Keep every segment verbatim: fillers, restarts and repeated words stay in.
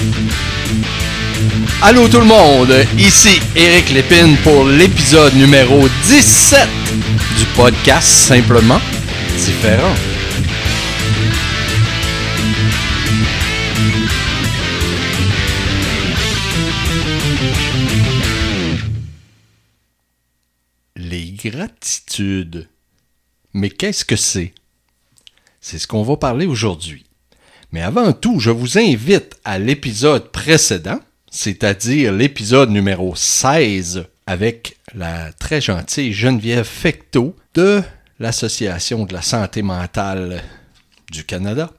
Allô tout le monde, ici Éric Lépine pour l'épisode numéro dix-sept du podcast Simplement Différent. Les gratitudes. Mais qu'est-ce que c'est? C'est ce qu'on va parler aujourd'hui. Mais avant tout, je vous invite à l'épisode précédent, c'est-à-dire l'épisode numéro seize avec la très gentille Geneviève Fecteau de l'Association de la santé mentale du Canada,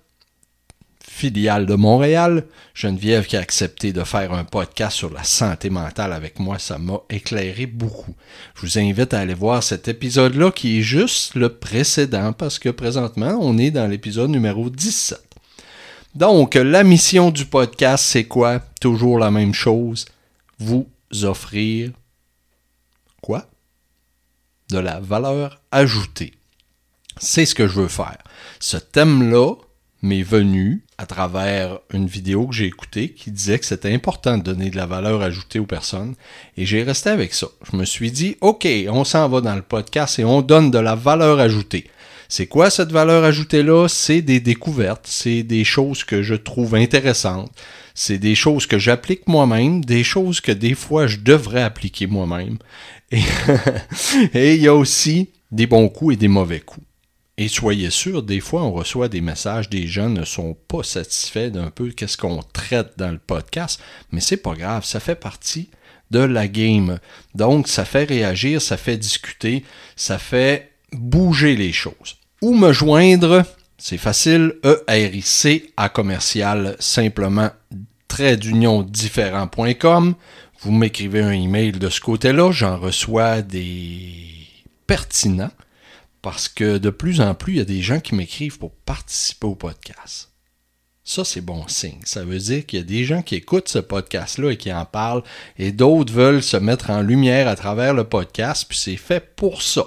filiale de Montréal. Geneviève qui a accepté de faire un podcast sur la santé mentale avec moi, ça m'a éclairé beaucoup. Je vous invite à aller voir cet épisode-là qui est juste le précédent parce que présentement, on est dans l'épisode numéro dix-sept. Donc, la mission du podcast, c'est quoi? Toujours la même chose. Vous offrir quoi? De la valeur ajoutée. C'est ce que je veux faire. Ce thème-là m'est venu à travers une vidéo que j'ai écoutée qui disait que c'était important de donner de la valeur ajoutée aux personnes. Et j'ai resté avec ça. Je me suis dit, OK, on s'en va dans le podcast et on donne de la valeur ajoutée. C'est quoi cette valeur ajoutée-là? C'est des découvertes, c'est des choses que je trouve intéressantes, c'est des choses que j'applique moi-même, des choses que des fois je devrais appliquer moi-même. Et et il y a aussi des bons coups et des mauvais coups. Et soyez sûrs, des fois on reçoit des messages, des gens ne sont pas satisfaits d'un peu qu'est-ce qu'on traite dans le podcast, mais c'est pas grave, ça fait partie de la game. Donc ça fait réagir, ça fait discuter, ça fait bouger les choses. Où me joindre? C'est facile, E R I C à commercial simplement trait d'union différent point com. Vous m'écrivez un email de ce côté-là, j'en reçois des pertinents parce que de plus en plus, il y a des gens qui m'écrivent pour participer au podcast. Ça, c'est bon signe. Ça veut dire qu'il y a des gens qui écoutent ce podcast-là et qui en parlent et d'autres veulent se mettre en lumière à travers le podcast, puis c'est fait pour ça.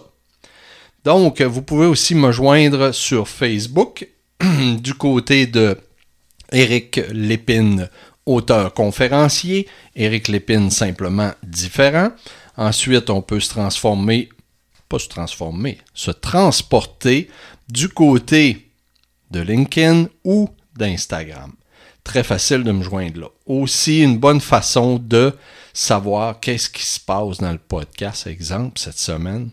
Donc, vous pouvez aussi me joindre sur Facebook, du côté de Éric Lépine, auteur-conférencier, Éric Lépine simplement différent. Ensuite, on peut se transformer, pas se transformer, se transporter du côté de LinkedIn ou d'Instagram. Très facile de me joindre là. Aussi, une bonne façon de savoir qu'est-ce qui se passe dans le podcast. Exemple, cette semaine,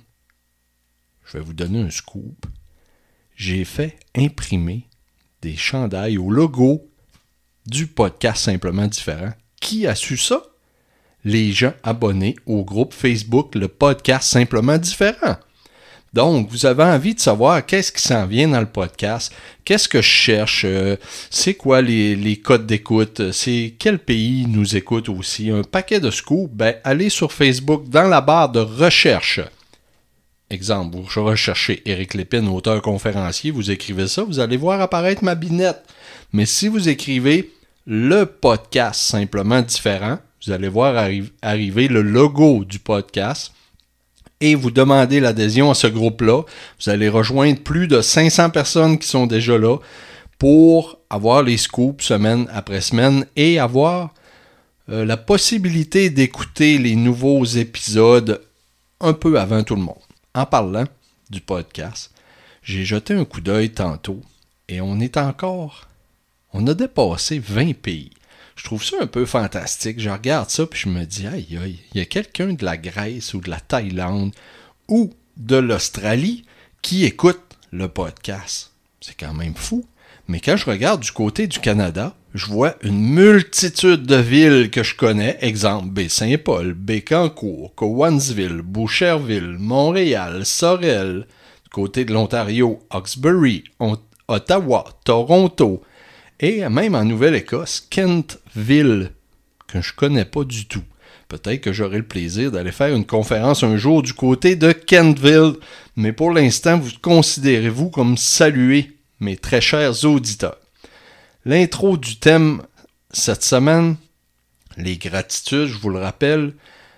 je vais vous donner un scoop. J'ai fait imprimer des chandails au logo du podcast Simplement Différent. Qui a su ça? Les gens abonnés au groupe Facebook, le podcast Simplement Différent. Donc, vous avez envie de savoir qu'est-ce qui s'en vient dans le podcast, qu'est-ce que je cherche, euh, c'est quoi les, les codes d'écoute, c'est quel pays nous écoute aussi, un paquet de scoops, ben allez sur Facebook dans la barre de recherche. Exemple, vous recherchez Éric Lépine, auteur-conférencier, vous écrivez ça, vous allez voir apparaître ma binette. Mais si vous écrivez le podcast Simplement Différent, vous allez voir arri- arriver le logo du podcast et vous demandez l'adhésion à ce groupe-là. Vous allez rejoindre plus de cinq cents personnes qui sont déjà là pour avoir les scoops semaine après semaine et avoir euh, la possibilité d'écouter les nouveaux épisodes un peu avant tout le monde. En parlant du podcast, j'ai jeté un coup d'œil tantôt et on est encore, on a dépassé vingt pays. Je trouve ça un peu fantastique. Je regarde ça puis je me dis, aïe aïe, il y a quelqu'un de la Grèce ou de la Thaïlande ou de l'Australie qui écoute le podcast. C'est quand même fou. Mais quand je regarde du côté du Canada, je vois une multitude de villes que je connais. Exemple, Baie-Saint-Paul, Bécancour, Cowansville, Boucherville, Montréal, Sorel. Du côté de l'Ontario, Hawkesbury, Ont- Ottawa, Toronto. Et même en Nouvelle-Écosse, Kentville, que je connais pas du tout. Peut-être que j'aurai le plaisir d'aller faire une conférence un jour du côté de Kentville. Mais pour l'instant, vous considérez-vous comme salué, mes très chers auditeurs. L'intro du thème cette semaine, les gratitudes, je vous le rappelle,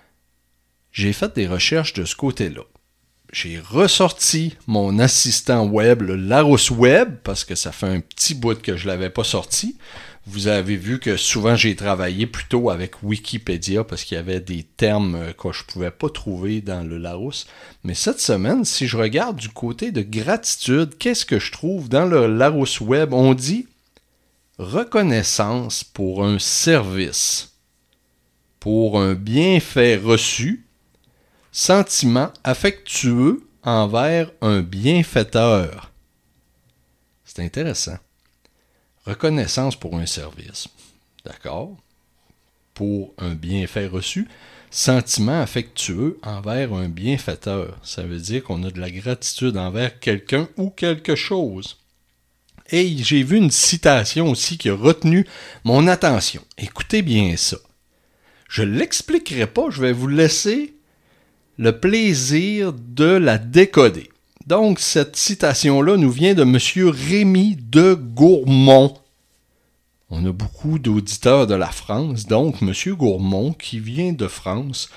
j'ai fait des recherches de ce côté-là. J'ai ressorti mon assistant web, le Larousse Web, parce que ça fait un petit bout que je ne l'avais pas sorti. Vous avez vu que souvent j'ai travaillé plutôt avec Wikipédia parce qu'il y avait des termes que je ne pouvais pas trouver dans le Larousse. Mais cette semaine, si je regarde du côté de gratitude, qu'est-ce que je trouve dans le Larousse Web? On dit reconnaissance pour un service, pour un bienfait reçu, sentiment affectueux envers un bienfaiteur. C'est intéressant. Reconnaissance pour un service. D'accord. Pour un bienfait reçu. Sentiment affectueux envers un bienfaiteur. Ça veut dire qu'on a de la gratitude envers quelqu'un ou quelque chose. Et j'ai vu une citation aussi qui a retenu mon attention. Écoutez bien ça. Je ne l'expliquerai pas, je vais vous laisser le plaisir de la décoder. Donc, cette citation-là nous vient de M. Rémi de Gourmont. On a beaucoup d'auditeurs de la France, donc M. Gourmont, qui vient de France,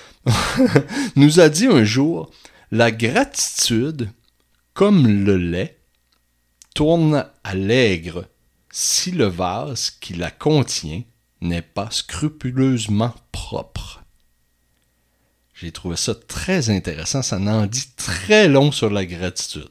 nous a dit un jour « La gratitude, comme le lait, tourne à l'aigre si le vase qui la contient n'est pas scrupuleusement propre. » J'ai trouvé ça très intéressant, ça en dit très long sur la gratitude.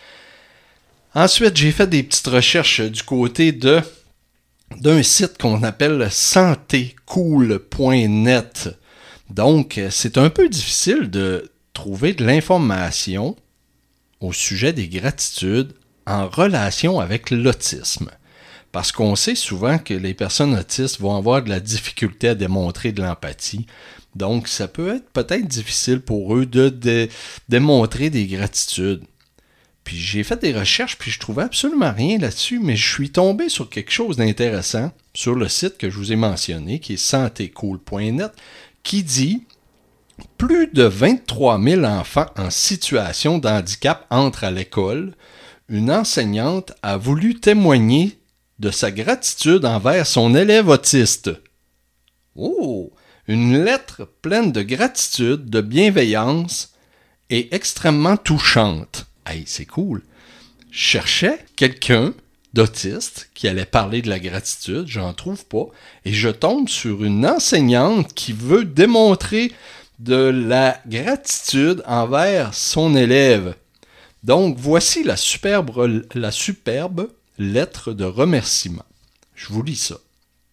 Ensuite, j'ai fait des petites recherches du côté de d'un site qu'on appelle santé cool point net. Donc, c'est un peu difficile de trouver de l'information au sujet des gratitudes en relation avec l'autisme. Parce qu'on sait souvent que les personnes autistes vont avoir de la difficulté à démontrer de l'empathie. Donc, ça peut être peut-être difficile pour eux de, de démontrer des gratitudes. Puis j'ai fait des recherches, puis je trouvais absolument rien là-dessus, mais je suis tombé sur quelque chose d'intéressant sur le site que je vous ai mentionné, qui est santé cool point net, qui dit « Plus de vingt-trois mille enfants en situation de handicap entrent à l'école. Une enseignante a voulu témoigner de sa gratitude envers son élève autiste. » Oh! Une lettre pleine de gratitude, de bienveillance et extrêmement touchante. Hey, c'est cool. Je cherchais quelqu'un d'autiste qui allait parler de la gratitude, j'en trouve pas, et je tombe sur une enseignante qui veut démontrer de la gratitude envers son élève. Donc, voici la superbe, la superbe lettre de remerciement. Je vous lis ça.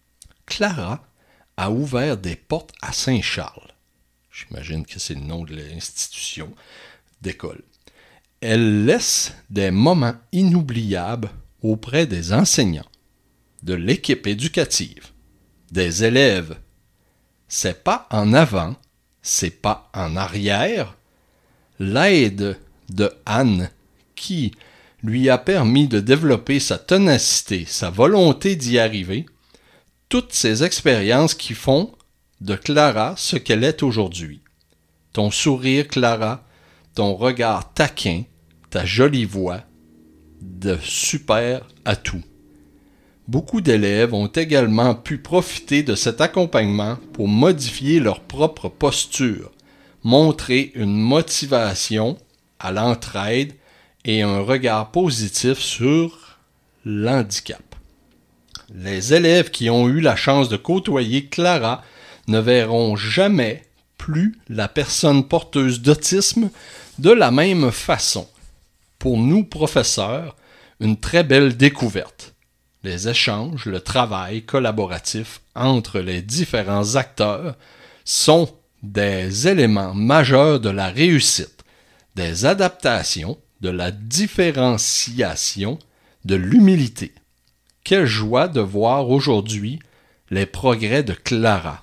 Clara a ouvert des portes à Saint-Charles. J'imagine que c'est le nom de l'institution d'école. Elle laisse des moments inoubliables auprès des enseignants, de l'équipe éducative, des élèves. C'est pas en avant, c'est pas en arrière. L'aide de Anne, qui lui a permis de développer sa ténacité, sa volonté d'y arriver, toutes ces expériences qui font de Clara ce qu'elle est aujourd'hui. Ton sourire, Clara, ton regard taquin, ta jolie voix, de super atouts. Beaucoup d'élèves ont également pu profiter de cet accompagnement pour modifier leur propre posture, montrer une motivation à l'entraide et un regard positif sur l'handicap. Les élèves qui ont eu la chance de côtoyer Clara ne verront jamais plus la personne porteuse d'autisme de la même façon. Pour nous, professeurs, une très belle découverte. Les échanges, le travail collaboratif entre les différents acteurs sont des éléments majeurs de la réussite, des adaptations, de la différenciation, de l'humilité. Quelle joie de voir aujourd'hui les progrès de Clara.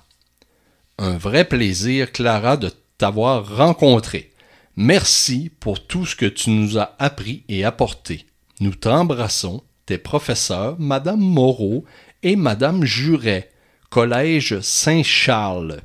Un vrai plaisir, Clara, de t'avoir rencontré. Merci pour tout ce que tu nous as appris et apporté. Nous t'embrassons, tes professeurs, Madame Moreau et Madame Juret, Collège Saint-Charles.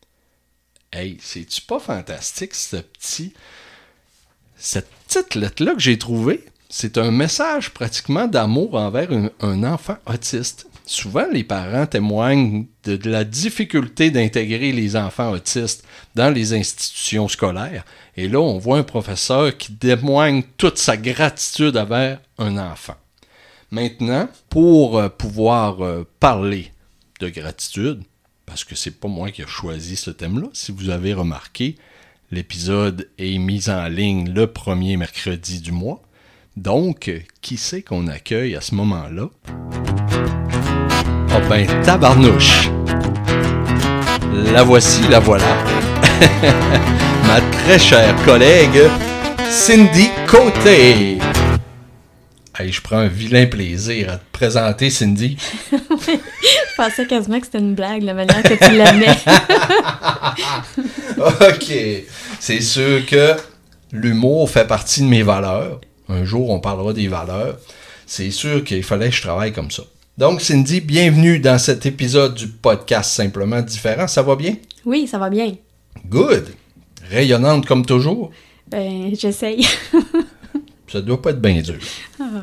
Hey, c'est-tu pas fantastique, ce petit... Cette petite lettre-là que j'ai trouvée? C'est un message pratiquement d'amour envers un, un enfant autiste. Souvent, les parents témoignent de, de la difficulté d'intégrer les enfants autistes dans les institutions scolaires. Et là, on voit un professeur qui témoigne toute sa gratitude envers un enfant. Maintenant, pour euh, pouvoir euh, parler de gratitude, parce que c'est pas moi qui ai choisi ce thème-là, si vous avez remarqué, l'épisode est mis en ligne le premier mercredi du mois. Donc, qui c'est qu'on accueille à ce moment-là? Ah ben, tabarnouche! La voici, la voilà. Ma très chère collègue, Cindy Côté. Hey, je prends un vilain plaisir à te présenter, Cindy. Je pensais quasiment que c'était une blague, la manière que tu l'aimais. OK. C'est sûr que l'humour fait partie de mes valeurs. Un jour, on parlera des valeurs. C'est sûr qu'il fallait que je travaille comme ça. Donc, Cindy, bienvenue dans cet épisode du podcast Simplement Différent. Ça va bien? Oui, ça va bien. Good. Rayonnante comme toujours? Ben, j'essaye. Ça doit pas être bien dur. Ah.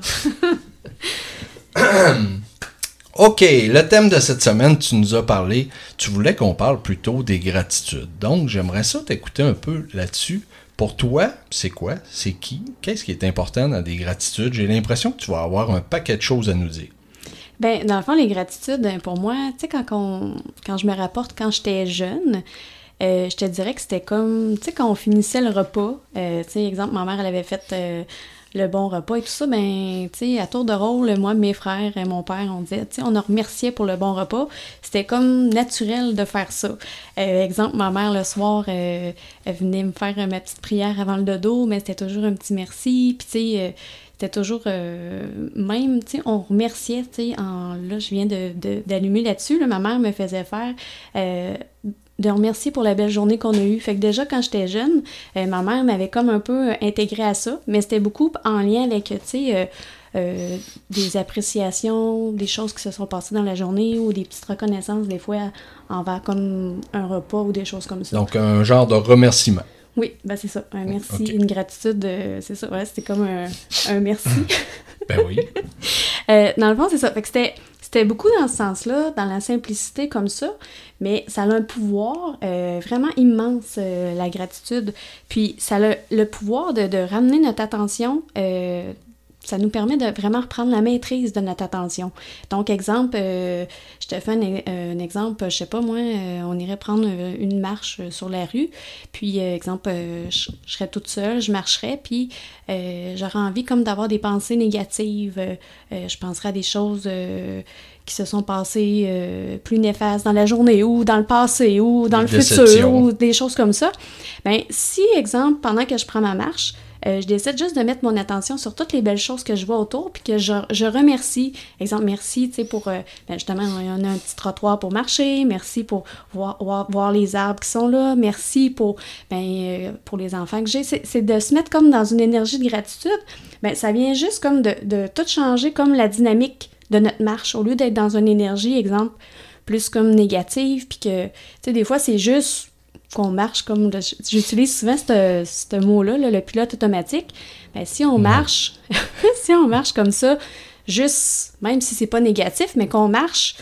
OK, le thème de cette semaine, tu nous as parlé, tu voulais qu'on parle plutôt des gratitudes. Donc, j'aimerais ça t'écouter un peu là-dessus. Pour toi, c'est quoi? C'est qui? Qu'est-ce qui est important dans des gratitudes? J'ai l'impression que tu vas avoir un paquet de choses à nous dire. Ben, dans le fond, les gratitudes, pour moi, tu sais, quand, on, quand je me rapporte quand j'étais jeune, euh, je te dirais que c'était comme, tu sais, quand on finissait le repas, euh, tu sais, exemple, ma mère, elle avait fait euh, le bon repas et tout ça, ben, tu sais, à tour de rôle, moi, mes frères et mon père, on disait, tu sais, on a remercié pour le bon repas. C'était comme naturel de faire ça. Euh, exemple, ma mère, le soir, euh, elle venait me faire euh, ma petite prière avant le dodo, mais c'était toujours un petit merci, puis tu sais, euh, c'était toujours, euh, même, tu sais, on remerciait, tu sais, en, là, je viens de, de, d'allumer là-dessus, là, ma mère me faisait faire, euh, de remercier pour la belle journée qu'on a eue. Fait que déjà, quand j'étais jeune, euh, ma mère m'avait comme un peu intégré à ça, mais c'était beaucoup en lien avec, tu sais, euh, euh, des appréciations, des choses qui se sont passées dans la journée ou des petites reconnaissances, des fois, envers comme un repas ou des choses comme ça. Donc, un genre de remerciement. Oui, ben c'est ça. Un merci, Okay. une gratitude, euh, c'est ça. Ouais, c'était comme un, un merci. Ben oui. euh, dans le fond, c'est ça. Fait que c'était, c'était beaucoup dans ce sens-là, dans la simplicité comme ça, mais ça a un pouvoir euh, vraiment immense, euh, la gratitude. Puis ça a le pouvoir de, de ramener notre attention, euh, ça nous permet de vraiment reprendre la maîtrise de notre attention. Donc, exemple, euh, je te fais un, un exemple, je sais pas, moi, euh, on irait prendre une marche sur la rue, puis, euh, exemple, euh, je, je serais toute seule, je marcherais, puis euh, j'aurais envie comme d'avoir des pensées négatives, euh, euh, je penserais à des choses euh, qui se sont passées euh, plus néfastes dans la journée, ou dans le passé, ou dans le Déception. futur, ou des choses comme ça. Bien, si, exemple, pendant que je prends ma marche, Euh, je décide juste de mettre mon attention sur toutes les belles choses que je vois autour, puis que je, je remercie. Exemple, merci, tu sais, pour, euh, ben justement, on a un petit trottoir pour marcher, merci pour voir, voir, voir les arbres qui sont là, merci pour, ben, euh, pour les enfants que j'ai. C'est, c'est de se mettre comme dans une énergie de gratitude. Ben, ça vient juste comme de, de tout changer comme la dynamique de notre marche, au lieu d'être dans une énergie, exemple, plus comme négative, puis que, tu sais, des fois, c'est juste qu'on marche comme, j'utilise souvent ce, ce mot-là, là, le pilote automatique. Ben, si on marche, si on marche comme ça, juste, même si c'est pas négatif, mais qu'on marche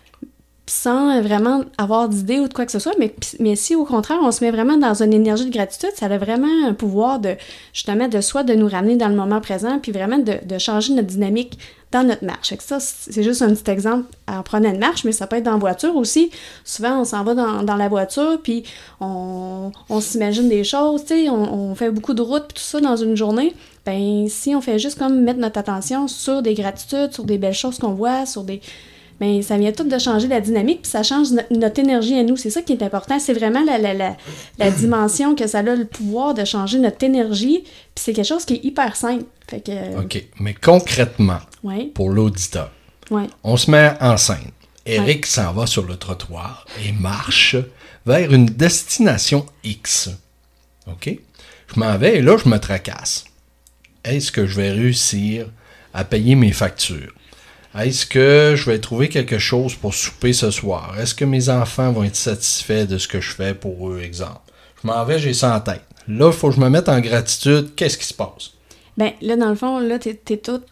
sans vraiment avoir d'idée ou de quoi que ce soit, mais, mais si au contraire, on se met vraiment dans une énergie de gratitude, ça a vraiment un pouvoir de, justement, de soi, de nous ramener dans le moment présent, puis vraiment de, de changer notre dynamique dans notre marche. Fait que ça, c'est juste un petit exemple en prenant une marche, mais ça peut être dans la voiture aussi. Souvent, on s'en va dans, dans la voiture, puis on, on s'imagine des choses, tu sais, on, on fait beaucoup de routes, puis tout ça dans une journée. Ben, si on fait juste comme mettre notre attention sur des gratitudes, sur des belles choses qu'on voit, sur des... ben ça vient tout de changer la dynamique, puis ça change no- notre énergie à nous. C'est ça qui est important. C'est vraiment la, la, la, la dimension que ça a le pouvoir de changer notre énergie, puis c'est quelque chose qui est hyper simple. Fait que, OK. Mais concrètement, ouais, pour l'auditeur, ouais, on se met en scène. Eric Ouais. s'en va sur le trottoir et marche vers une destination X. OK? Je m'en vais et là, je me tracasse. Est-ce que je vais réussir à payer mes factures? Est-ce que je vais trouver quelque chose pour souper ce soir? Est-ce que mes enfants vont être satisfaits de ce que je fais pour eux, exemple? Je m'en vais, j'ai ça en tête. Là, il faut que je me mette en gratitude. Qu'est-ce qui se passe? Ben là, dans le fond, là, t'es, t'es tout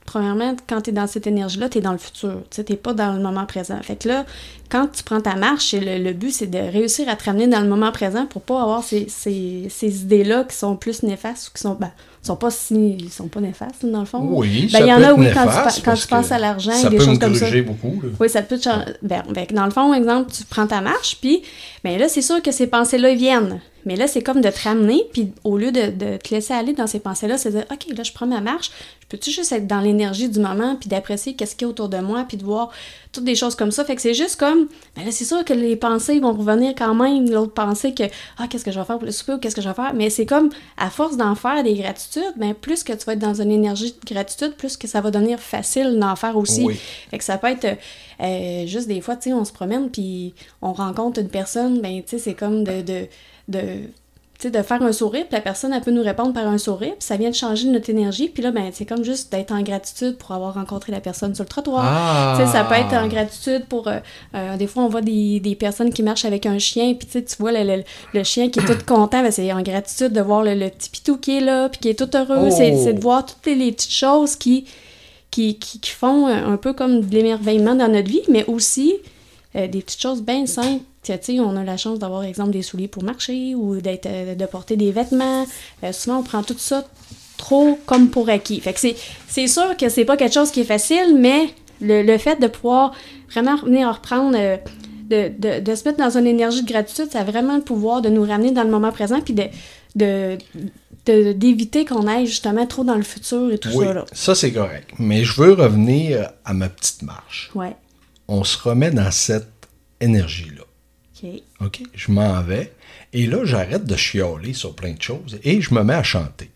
premièrement, quand tu es dans cette énergie-là, tu es dans le futur. Tu n'es pas dans le moment présent. Fait que là, quand tu prends ta marche, le, le but, c'est de réussir à te ramener dans le moment présent pour pas avoir ces, ces, ces idées-là qui sont plus néfastes ou qui sont... Ben, sont pas si... Ils sont pas néfastes, dans le fond. Oui, ben, ça y peut en a, être oui, néfaste quand tu, quand tu penses à l'argent et des choses comme ça. Ça peut me gruger beaucoup. Là. Oui, ça peut te changer. Ben, ben, dans le fond, exemple, tu prends ta marche, puis ben là, c'est sûr que ces pensées-là viennent. Mais là, c'est comme de te ramener, puis au lieu de, de te laisser aller dans ces pensées-là, c'est de dire, OK, là, je prends ma marche, je peux-tu juste être dans l'énergie du moment, puis d'apprécier qu'est-ce qu'il y a autour de moi, puis de voir toutes des choses comme ça. Fait que c'est juste comme, ben là, c'est sûr que les pensées vont revenir quand même, l'autre pensée que, ah, qu'est-ce que je vais faire pour le souper, ou qu'est-ce que je vais faire. Mais c'est comme, à force d'en faire des gratitudes, ben plus que tu vas être dans une énergie de gratitude, plus que ça va devenir facile d'en faire aussi. Oui. Fait que ça peut être euh, juste des fois, tu sais, on se promène, puis on rencontre une personne, ben, tu sais, c'est comme de... de, de tu sais, de faire un sourire, puis la personne, elle peut nous répondre par un sourire, puis ça vient de changer notre énergie, puis là, ben, c'est comme juste d'être en gratitude pour avoir rencontré la personne sur le trottoir. Ah. Tu sais, ça peut être en gratitude pour... Euh, euh, des fois, on voit des, des personnes qui marchent avec un chien, puis tu sais, tu vois le, le, le chien qui est tout content, ben, c'est en gratitude de voir le, le petit pitou qui est là, puis qui est tout heureux. Oh. C'est, c'est de voir toutes les, les petites choses qui, qui, qui, qui font un peu comme de l'émerveillement dans notre vie, mais aussi euh, des petites choses bien simples. Tu sais, on a la chance d'avoir, exemple, des souliers pour marcher ou d'être, euh, de porter des vêtements. Euh, souvent, on prend tout ça trop comme pour acquis. Fait que c'est, c'est sûr que c'est pas quelque chose qui est facile, mais le, le fait de pouvoir vraiment venir reprendre, euh, de, de, de se mettre dans une énergie de gratitude, ça a vraiment le pouvoir de nous ramener dans le moment présent puis de, de, de, d'éviter qu'on aille justement trop dans le futur et tout oui, ça. Oui, ça c'est correct. Mais je veux revenir à ma petite marche. Ouais. On se remet dans cette énergie-là. OK. OK, je m'en vais. Et là, j'arrête de chialer sur plein de choses et je me mets à chanter.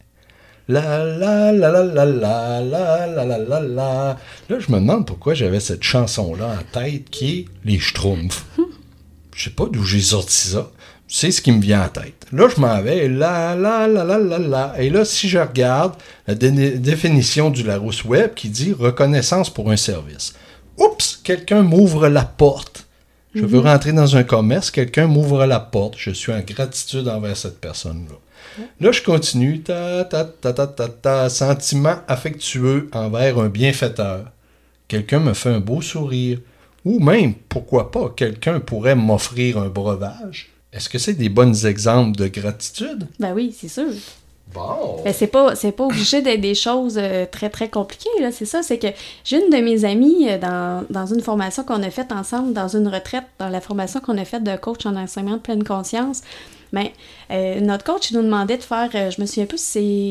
La la la la la la la la la la la. Là, je me demande pourquoi j'avais cette chanson-là en tête qui est les Schtroumpfs. Je sais pas d'où j'ai sorti ça. C'est ce qui me vient en tête. Là, je m'en vais. La la la la la la. Et là, si je regarde la dé- définition du Larousse Web qui dit reconnaissance pour un service. Oups, quelqu'un m'ouvre la porte. Je mm-hmm. veux rentrer dans un commerce, quelqu'un m'ouvre la porte. Je suis en gratitude envers cette personne-là. Mm-hmm. Là, je continue. Ta, ta, ta, ta, ta, ta, sentiment affectueux envers un bienfaiteur. Quelqu'un me fait un beau sourire. Ou même, pourquoi pas, quelqu'un pourrait m'offrir un breuvage. Est-ce que c'est des bons exemples de gratitude? Ben oui, c'est sûr. Bon. Ben c'est pas, c'est pas obligé d'être des choses euh, très, très compliquées, là. C'est ça, c'est que j'ai une de mes amies euh, dans, dans une formation qu'on a faite ensemble, dans une retraite, dans la formation qu'on a faite de coach en enseignement de pleine conscience. Ben, euh, notre coach, il nous demandait de faire, euh, je me souviens plus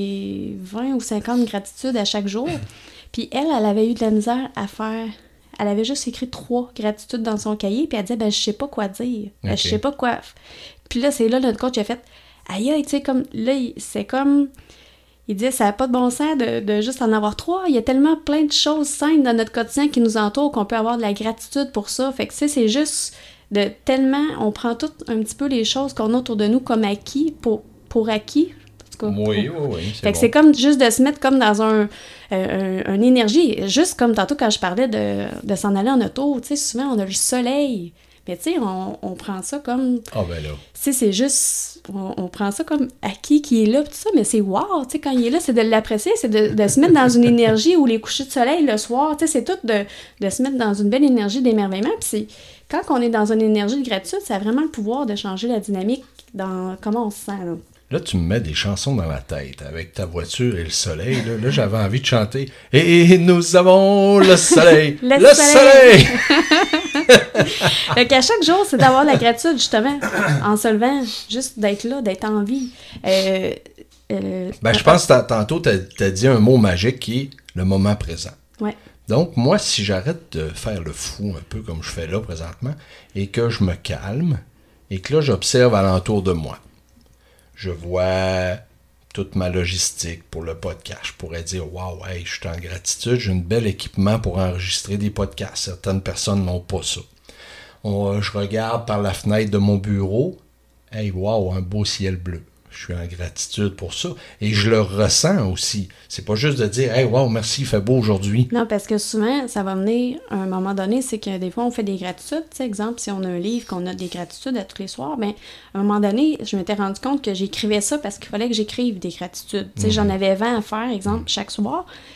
si c'est vingt ou cinquante gratitudes à chaque jour. Puis elle, elle avait eu de la misère à faire... Elle avait juste écrit trois gratitudes dans son cahier, puis elle disait, ben, je sais pas quoi dire. Ben, okay. Je sais pas quoi... Puis là, c'est là, notre coach a fait... Aïe, aïe, tu sais, comme, là, c'est comme, il disait, ça n'a pas de bon sens de, de juste en avoir trois. Il y a tellement plein de choses simples dans notre quotidien qui nous entourent qu'on peut avoir de la gratitude pour ça. Fait que, tu sais, c'est juste de tellement, on prend tout un petit peu les choses qu'on a autour de nous comme acquis, pour, pour acquis. En tout cas, oui, pour... oui, oui. Fait que bon. c'est comme juste de se mettre comme dans un, un, un, une énergie. Juste comme tantôt quand je parlais de, de s'en aller en auto, tu sais, souvent on a le soleil. Mais tu sais, on, on prend ça comme... Ah ben là. Tu sais, c'est juste... On, on prend ça comme acquis qui est là, tout ça, mais c'est wow! Tu sais, quand il est là, c'est de l'apprécier, c'est de, de se mettre dans une énergie où les couchers de soleil le soir, tu sais, c'est tout de, de se mettre dans une belle énergie d'émerveillement. Puis c'est... Quand on est dans une énergie de gratitude, ça a vraiment le pouvoir de changer la dynamique dans comment on se sent, là. Là, tu me mets des chansons dans la tête avec ta voiture et le soleil. Là, là j'avais envie de chanter. Et nous avons le soleil! le, le soleil! Fait qu'à chaque jour, c'est d'avoir la gratitude, justement, en se levant, juste d'être là, d'être en vie. Euh, euh, ben, je pense que tantôt, tu as dit un mot magique qui est le moment présent. Ouais. Donc, moi, si j'arrête de faire le fou un peu comme je fais là présentement, et que je me calme, et que là, j'observe alentour de moi, je vois toute ma logistique pour le podcast. Je pourrais dire, waouh, hey, je suis en gratitude, j'ai un bel équipement pour enregistrer des podcasts. Certaines personnes n'ont pas ça. On, je regarde par la fenêtre de mon bureau, hey, waouh, un beau ciel bleu. Je suis en gratitude pour ça. Et je le ressens aussi. C'est pas juste de dire, hey, wow, merci, il fait beau aujourd'hui. Non, parce que souvent, ça va venir à un moment donné, c'est que des fois, on fait des gratitudes. Tu sais, exemple, si on a un livre, qu'on a des gratitudes à tous les soirs, bien, à un moment donné, je m'étais rendu compte que j'écrivais ça parce qu'il fallait que j'écrive des gratitudes. Tu sais, mm-hmm. J'en avais vingt à faire, exemple, chaque soir.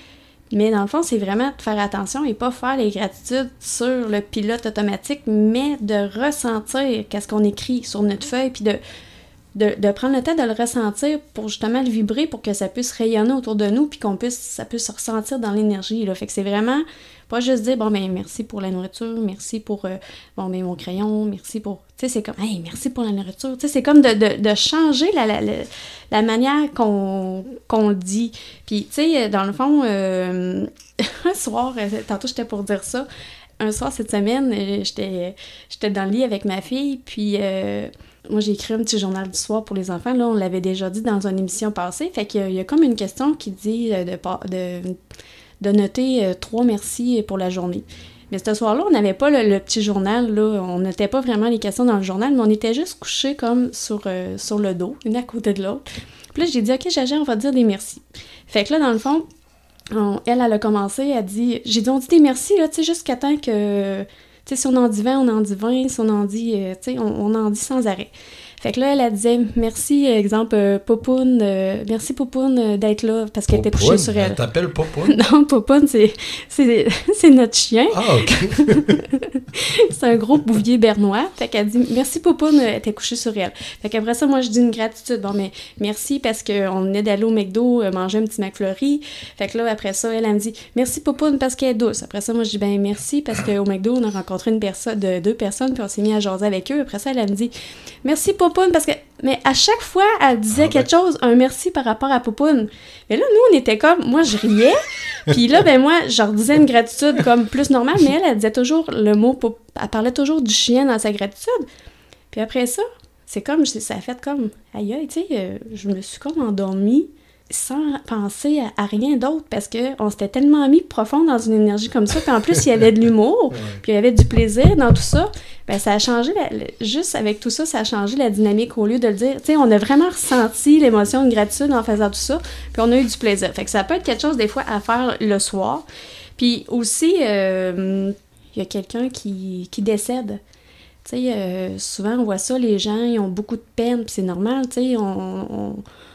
Mais dans le fond, c'est vraiment de faire attention et pas faire les gratitudes sur le pilote automatique, mais de ressentir qu'est-ce qu'on écrit sur notre feuille, puis de, de, de prendre le temps de le ressentir pour justement le vibrer, pour que ça puisse rayonner autour de nous, puis qu'on puisse, ça puisse se ressentir dans l'énergie, là. Fait que c'est vraiment pas juste dire, bon, ben merci pour la nourriture, merci pour, euh, bon, ben mon crayon, merci pour... Tu sais, c'est comme, hey, merci pour la nourriture. Tu sais, c'est comme de, de, de changer la, la, la, la manière qu'on, qu'on le dit. Puis, tu sais, dans le fond, euh, un soir, tantôt j'étais pour dire ça, un soir cette semaine, j'étais, j'étais dans le lit avec ma fille, puis... Euh, moi, j'ai écrit un petit journal du soir pour les enfants. Là, on l'avait déjà dit dans une émission passée. Fait qu'il y a, il y a comme une question qui dit de, de, de noter euh, trois merci pour la journée. Mais ce soir-là, on n'avait pas le, le petit journal. Là. On notait pas vraiment les questions dans le journal, mais on était juste couchés comme sur, euh, sur le dos, une à côté de l'autre. Puis là, j'ai dit, OK, Jaja, on va dire des merci. Fait que là, dans le fond, on, elle, elle a commencé, elle dit, j'ai dit, on dit des merci, là, tu sais, jusqu'à temps que... Tu sais, si on en dit vingt, on en dit vingt. Si on en dit, euh, tu sais, on, on en dit sans arrêt. Fait que là, elle, elle disait, merci, exemple, euh, Popoune, euh, merci Popoune euh, d'être là, parce qu'elle était couchée sur elle. Elle t'appelle Popoune? Non, Popoune, c'est, c'est, c'est notre chien. Ah, OK. C'est un gros bouvier bernois. Fait qu'elle dit, merci Popoune, elle était couchée sur elle. Fait qu'après ça, moi, je dis une gratitude. Bon, mais merci parce qu'on venait d'aller au McDo euh, manger un petit McFlurry. Fait que là, après ça, elle, elle me dit, merci Popoune parce qu'elle est douce. Après ça, moi, je dis, ben merci parce qu'au McDo, on a rencontré une personne, de, deux personnes, puis on s'est mis à jaser avec eux. Après ça, elle, elle me dit, merci Popoune parce que... Mais à chaque fois, elle disait ah, quelque ben... chose, un merci par rapport à Popoune. Mais là, nous, on était comme... Moi, je riais. Puis là, ben moi, je leur disais une gratitude comme plus normale, mais elle, elle disait toujours le mot... Pop... Elle parlait toujours du chien dans sa gratitude. Puis après ça, c'est comme... Ça a fait comme... Aïe, aïe, tu sais, euh, je me suis comme endormie sans penser à, à rien d'autre parce qu'on s'était tellement mis profond dans une énergie comme ça. Puis en plus, il y avait de l'humour, ouais. Puis il y avait du plaisir dans tout ça. Ben ça a changé, la, la, juste avec tout ça, ça a changé la dynamique au lieu de le dire. Tu sais, on a vraiment ressenti l'émotion de gratitude en faisant tout ça, puis on a eu du plaisir. Fait que ça peut être quelque chose des fois à faire le soir. Puis aussi, euh, il y a quelqu'un qui, qui décède. Tu sais, euh, souvent on voit ça, les gens, ils ont beaucoup de peine, puis c'est normal, tu sais, on... on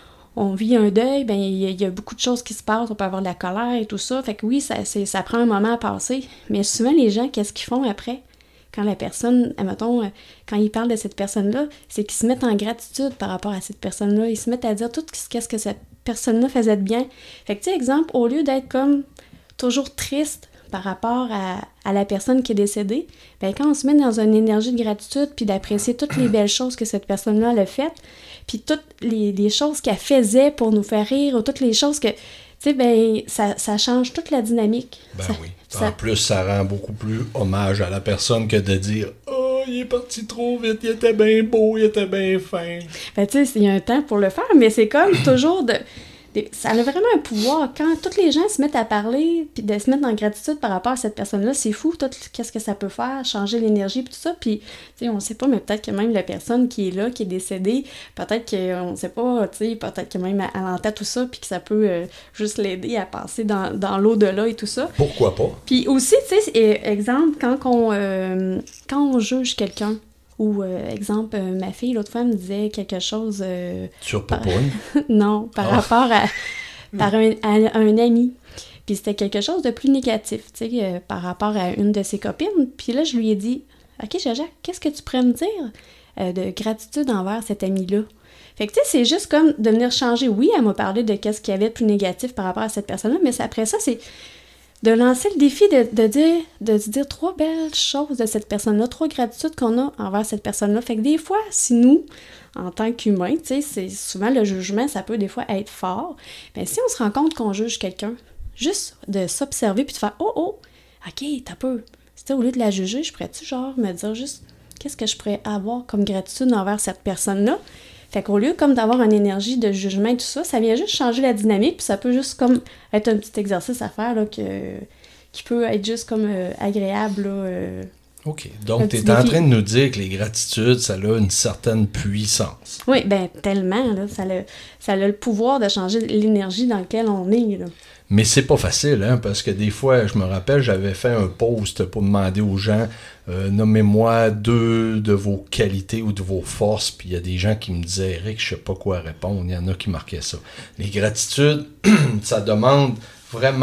on vit un deuil, ben il y, y a beaucoup de choses qui se passent, on peut avoir de la colère et tout ça. Fait que oui, ça, c'est, ça prend un moment à passer. Mais souvent, les gens, qu'est-ce qu'ils font après? Quand la personne, admettons, quand ils parlent de cette personne-là, c'est qu'ils se mettent en gratitude par rapport à cette personne-là. Ils se mettent à dire tout ce que cette personne-là faisait de bien. Fait que, tu sais, exemple, au lieu d'être comme toujours triste par rapport à, à la personne qui est décédée, ben quand on se met dans une énergie de gratitude puis d'apprécier toutes les belles choses que cette personne-là a faites, puis toutes les, les choses qu'elle faisait pour nous faire rire, ou toutes les choses que, tu sais, ben ça, ça change toute la dynamique. Ben ça, oui. Ça... En plus, ça rend beaucoup plus hommage à la personne que de dire « Oh, il est parti trop vite, il était bien beau, il était bien fin. » Ben tu sais, il y a un temps pour le faire, mais c'est comme toujours de... Ça a vraiment un pouvoir. Quand tous les gens se mettent à parler puis de se mettre en gratitude par rapport à cette personne-là, c'est fou, tout qu'est-ce que ça peut faire, changer l'énergie puis tout ça. Puis, tu sais, on sait pas, mais peut-être que même la personne qui est là, qui est décédée, peut-être qu'on sait pas, tu sais, peut-être que même elle entend tout ça puis que ça peut euh, juste l'aider à passer dans, dans l'au-delà et tout ça. Pourquoi pas? Puis aussi, tu sais, exemple, quand on, euh, quand on juge quelqu'un, ou, euh, exemple, euh, ma fille, l'autre fois, me disait quelque chose... Euh, Sur Popoune? Par... non, par oh. rapport à, par un, à, à un ami. Puis c'était quelque chose de plus négatif, tu sais, euh, par rapport à une de ses copines. Puis là, je lui ai dit, « OK, Jaja, qu'est-ce que tu pourrais me dire euh, de gratitude envers cet ami-là? » Fait que, tu sais, c'est juste comme de venir changer. Oui, elle m'a parlé de qu'est-ce qu'il y avait de plus négatif par rapport à cette personne-là, mais après ça, c'est... de lancer le défi de, de dire de se dire trois belles choses de cette personne-là, trois gratitudes qu'on a envers cette personne-là. Fait que des fois, si nous, en tant qu'humains, tu sais, c'est souvent le jugement, ça peut des fois être fort, mais si on se rend compte qu'on juge quelqu'un, juste de s'observer puis de faire « Oh, oh, OK, t'as peu. » Tu sais, au lieu de la juger, je pourrais-tu genre me dire juste « Qu'est-ce que je pourrais avoir comme gratitude envers cette personne-là? » Fait qu'au lieu comme d'avoir une énergie de jugement et tout ça, ça vient juste changer la dynamique, puis ça peut juste comme être un petit exercice à faire là, que, qui peut être juste comme euh, agréable. Là, euh, OK. Donc, tu es en train de nous dire que les gratitudes, ça a une certaine puissance. Oui, bien, tellement. Là, ça, a, ça a le pouvoir de changer l'énergie dans laquelle on est. Là. Mais c'est pas facile, hein, parce que des fois, je me rappelle, j'avais fait un post pour demander aux gens euh, nommez-moi deux de vos qualités ou de vos forces, puis il y a des gens qui me disaient Eric, je sais pas quoi répondre. Il y en a qui marquaient ça. Les gratitudes, ça demande vraiment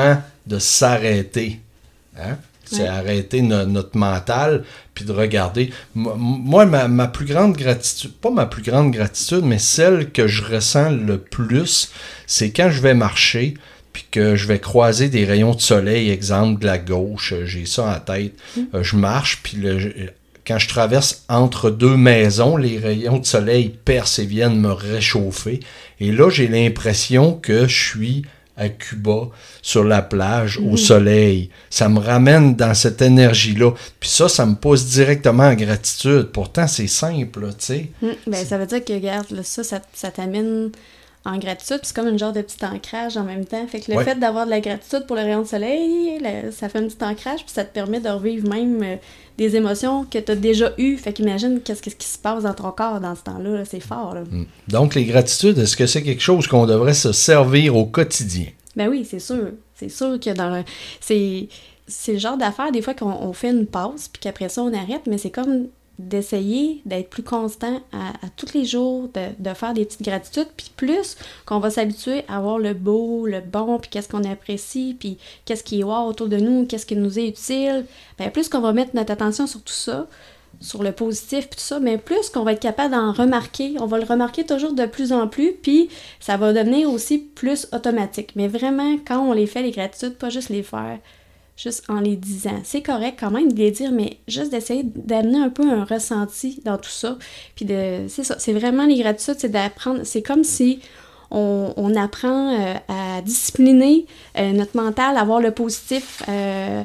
de s'arrêter. Hein? C'est ouais. arrêter no- notre mental, puis de regarder. M- moi, ma, ma plus grande gratitude, pas ma plus grande gratitude, mais celle que je ressens le plus, c'est quand je vais marcher, puis que je vais croiser des rayons de soleil, exemple de la gauche, j'ai ça en tête. Mm. Euh, je marche, puis le, quand je traverse entre deux maisons, les rayons de soleil percent et viennent me réchauffer. Et là, j'ai l'impression que je suis à Cuba, sur la plage, mmh. au soleil. Ça me ramène dans cette énergie-là. Puis ça, ça me pousse directement en gratitude. Pourtant, c'est simple, tu sais. Mmh. Ben, ça veut dire que, regarde, là, ça, ça, ça t'amène en gratitude. Puis c'est comme une genre de petit ancrage en même temps. Fait que le ouais. fait d'avoir de la gratitude pour le rayon de soleil, là, ça fait un petit ancrage, puis ça te permet de revivre même euh, des émotions que tu as déjà eues. Fait qu'imagine qu'est-ce, qu'est-ce qui se passe dans ton corps dans ce temps-là. Là. C'est fort, là. Mmh. Donc, les gratitudes, est-ce que c'est quelque chose qu'on devrait se servir au quotidien? Ben oui, c'est sûr. C'est sûr que dans le... C'est, c'est le genre d'affaire, des fois, qu'on on fait une pause, puis qu'après ça, on arrête, mais c'est comme d'essayer d'être plus constant à, à tous les jours, de, de faire des petites gratitudes, puis plus qu'on va s'habituer à voir le beau, le bon, puis qu'est-ce qu'on apprécie, puis qu'est-ce qui est wow autour de nous, qu'est-ce qui nous est utile, ben plus qu'on va mettre notre attention sur tout ça, sur le positif puis tout ça, mais plus qu'on va être capable d'en remarquer, on va le remarquer toujours de plus en plus, puis ça va devenir aussi plus automatique. Mais vraiment, quand on les fait, les gratitudes, pas juste les faire juste en les disant. C'est correct quand même de les dire, mais juste d'essayer d'amener un peu un ressenti dans tout ça. Puis de, c'est ça, c'est vraiment les gratitudes, c'est d'apprendre, c'est comme si on, on apprend euh, à discipliner euh, notre mental, à voir le positif, euh,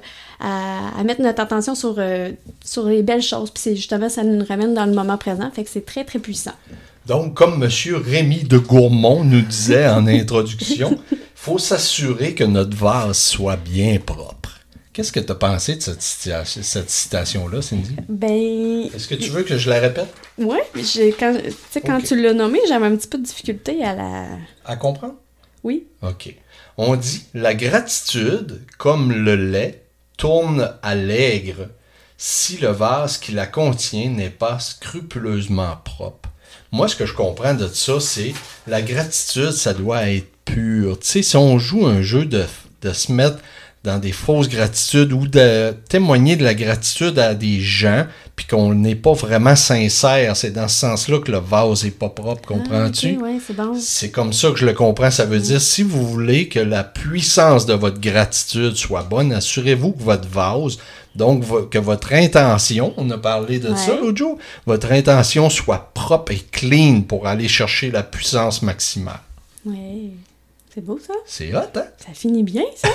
À, à mettre notre attention sur, euh, sur les belles choses. Puis c'est justement, ça nous ramène dans le moment présent. Fait que c'est très, très puissant. Donc, comme M. Rémy de Gourmont nous disait en introduction, il faut s'assurer que notre vase soit bien propre. Qu'est-ce que tu as pensé de cette, citation, cette citation-là, Cindy? Ben... Est-ce que tu veux que je la répète? Oui. Quand, quand okay. tu l'as nommé, j'avais un petit peu de difficulté à la... À comprendre? Oui. OK. On dit « La gratitude, comme le lait, tourne à l'aigre si le vase qui la contient n'est pas scrupuleusement propre. » Moi, ce que je comprends de ça, c'est la gratitude, ça doit être pur. Tu sais, si on joue un jeu de, de se mettre dans des fausses gratitudes ou de témoigner de la gratitude à des gens, puis qu'on n'est pas vraiment sincère, c'est dans ce sens-là que le vase n'est pas propre, comprends-tu? Ah, okay, ouais, c'est bon. C'est comme ça que je le comprends. Ça veut dire, si vous voulez que la puissance de votre gratitude soit bonne, assurez-vous que votre vase, donc que votre intention, on a parlé de ouais. ça l'autre jour, votre intention soit propre et clean pour aller chercher la puissance maximale. Oui. C'est beau, ça? C'est hot, hein? Ça finit bien, ça?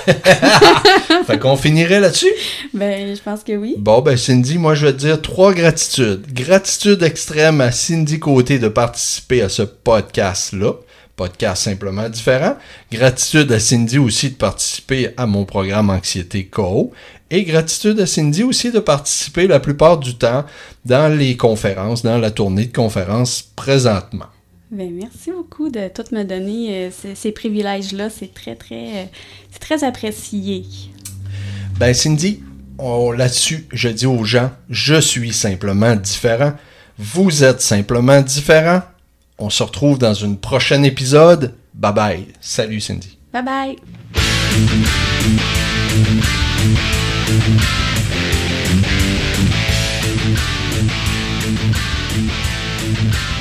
Fait qu'on finirait là-dessus? Ben, je pense que oui. Bon, ben Cindy, moi, je vais te dire trois gratitudes. Gratitude extrême à Cindy Côté de participer à ce podcast-là. Podcast simplement différent. Gratitude à Cindy aussi de participer à mon programme Anxiété C O. Et gratitude à Cindy aussi de participer la plupart du temps dans les conférences, dans la tournée de conférences présentement. Ben, merci beaucoup de tout me donner euh, ces, ces privilèges-là. C'est très, très, euh, c'est très apprécié. Ben, Cindy, on, là-dessus, je dis aux gens, je suis simplement différent. Vous êtes simplement différent. On se retrouve dans un prochain épisode. Bye bye. Salut, Cindy. Bye bye. Thank you.